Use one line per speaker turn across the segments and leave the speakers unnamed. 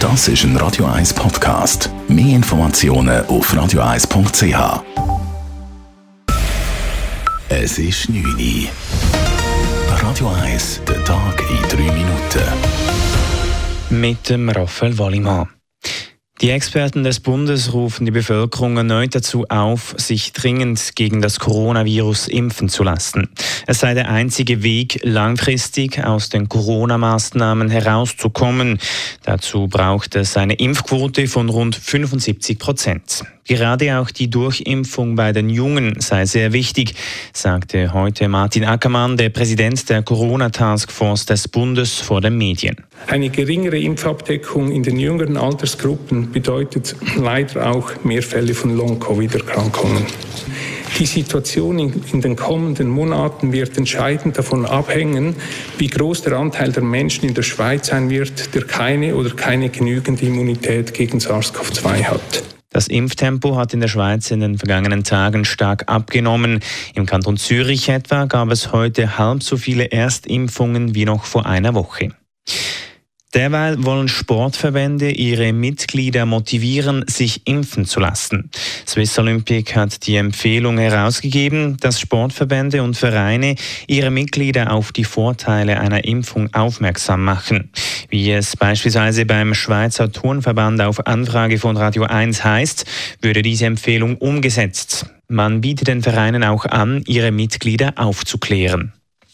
Das ist ein Radio 1 Podcast. Mehr Informationen auf radio1.ch. Es ist 9 Uhr. Radio 1, der Tag in 3 Minuten.
Mit dem Raphael Wallimann. Die Experten des Bundes rufen die Bevölkerung erneut dazu auf, sich dringend gegen das Coronavirus impfen zu lassen. Es sei der einzige Weg, langfristig aus den Corona-Maßnahmen herauszukommen. Dazu braucht es eine Impfquote von rund 75%. Gerade auch die Durchimpfung bei den Jungen sei sehr wichtig, sagte heute Martin Ackermann, der Präsident der Corona-Taskforce des Bundes, vor den Medien.
Eine geringere Impfabdeckung in den jüngeren Altersgruppen bedeutet leider auch mehr Fälle von Long-Covid-Erkrankungen. Die Situation in den kommenden Monaten wird entscheidend davon abhängen, wie groß der Anteil der Menschen in der Schweiz sein wird, der keine oder keine genügende Immunität gegen SARS-CoV-2 hat.
Das Impftempo hat in der Schweiz in den vergangenen Tagen stark abgenommen. Im Kanton Zürich etwa gab es heute halb so viele Erstimpfungen wie noch vor einer Woche. Derweil wollen Sportverbände ihre Mitglieder motivieren, sich impfen zu lassen. Swiss Olympic hat die Empfehlung herausgegeben, dass Sportverbände und Vereine ihre Mitglieder auf die Vorteile einer Impfung aufmerksam machen. Wie es beispielsweise beim Schweizer Turnverband auf Anfrage von Radio 1 heißt, würde diese Empfehlung umgesetzt. Man bietet den Vereinen auch an, ihre Mitglieder aufzuklären.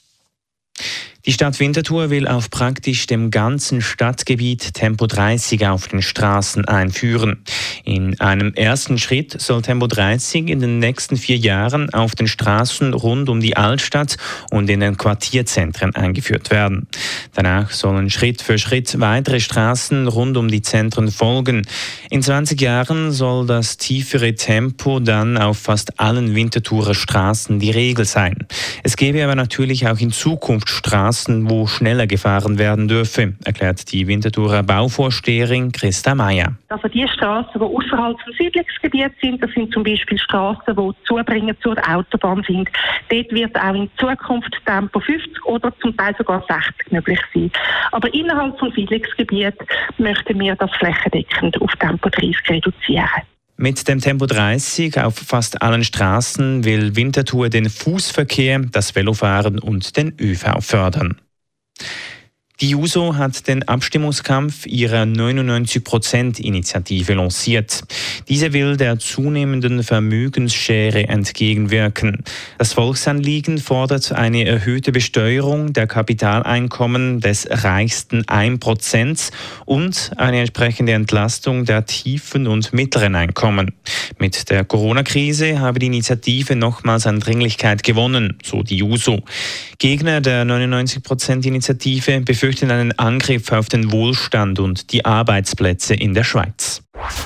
Die Stadt Winterthur will auf praktisch dem ganzen Stadtgebiet Tempo 30 auf den Straßen einführen. In einem ersten Schritt soll Tempo 30 in den nächsten 4 Jahren auf den Straßen rund um die Altstadt und in den Quartierzentren eingeführt werden. Danach sollen Schritt für Schritt weitere Straßen rund um die Zentren folgen. In 20 Jahren soll das tiefere Tempo dann auf fast allen Winterthurer Straßen die Regel sein. Es gäbe aber natürlich auch in Zukunft Straßen, wo schneller gefahren werden dürfe, erklärt die Winterthurer Bauvorsteherin Christa Meier.
Also die Straßen, die außerhalb des Siedlungsgebiets sind, das sind zum Beispiel Straßen, die zubringen zur Autobahn sind. Dort wird auch in Zukunft Tempo 50 oder zum Teil sogar 60 möglich sein. Aber innerhalb des Siedlungsgebiets möchten wir das flächendeckend auf Tempo 30 reduzieren.
Mit dem Tempo 30 auf fast allen Straßen will Winterthur den Fußverkehr, das Velofahren und den ÖV fördern. Die JUSO hat den Abstimmungskampf ihrer 99%-Initiative lanciert. Diese will der zunehmenden Vermögensschere entgegenwirken. Das Volksanliegen fordert eine erhöhte Besteuerung der Kapitaleinkommen des reichsten 1% und eine entsprechende Entlastung der tiefen und mittleren Einkommen. Mit der Corona-Krise habe die Initiative nochmals an Dringlichkeit gewonnen, so die JUSO. Gegner der 99%-Initiative befürchten einen Angriff auf den Wohlstand und die Arbeitsplätze in der Schweiz.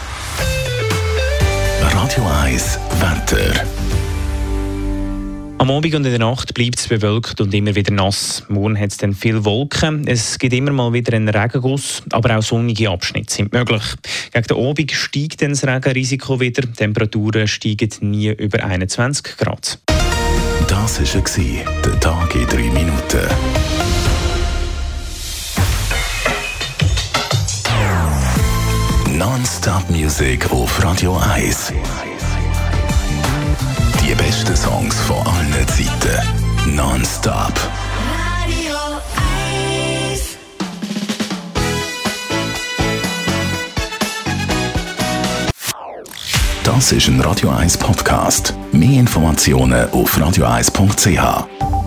Radio 1 Wetter.
Am Abend und in der Nacht bleibt es bewölkt und immer wieder nass. Morgen hat es dann viele Wolken. Es gibt immer mal wieder einen Regenguss, aber auch sonnige Abschnitte sind möglich. Gegen den Abend steigt dann das Regenrisiko wieder. Die Temperaturen steigen nie über 21 Grad.
Das war der Tag in 3 Minuten. Non-Stop-Musik auf Radio 1. Die besten Songs von allen Zeiten. Non-Stop.
Radio 1.
Das ist ein Radio 1 Podcast. Mehr Informationen auf radio1.ch.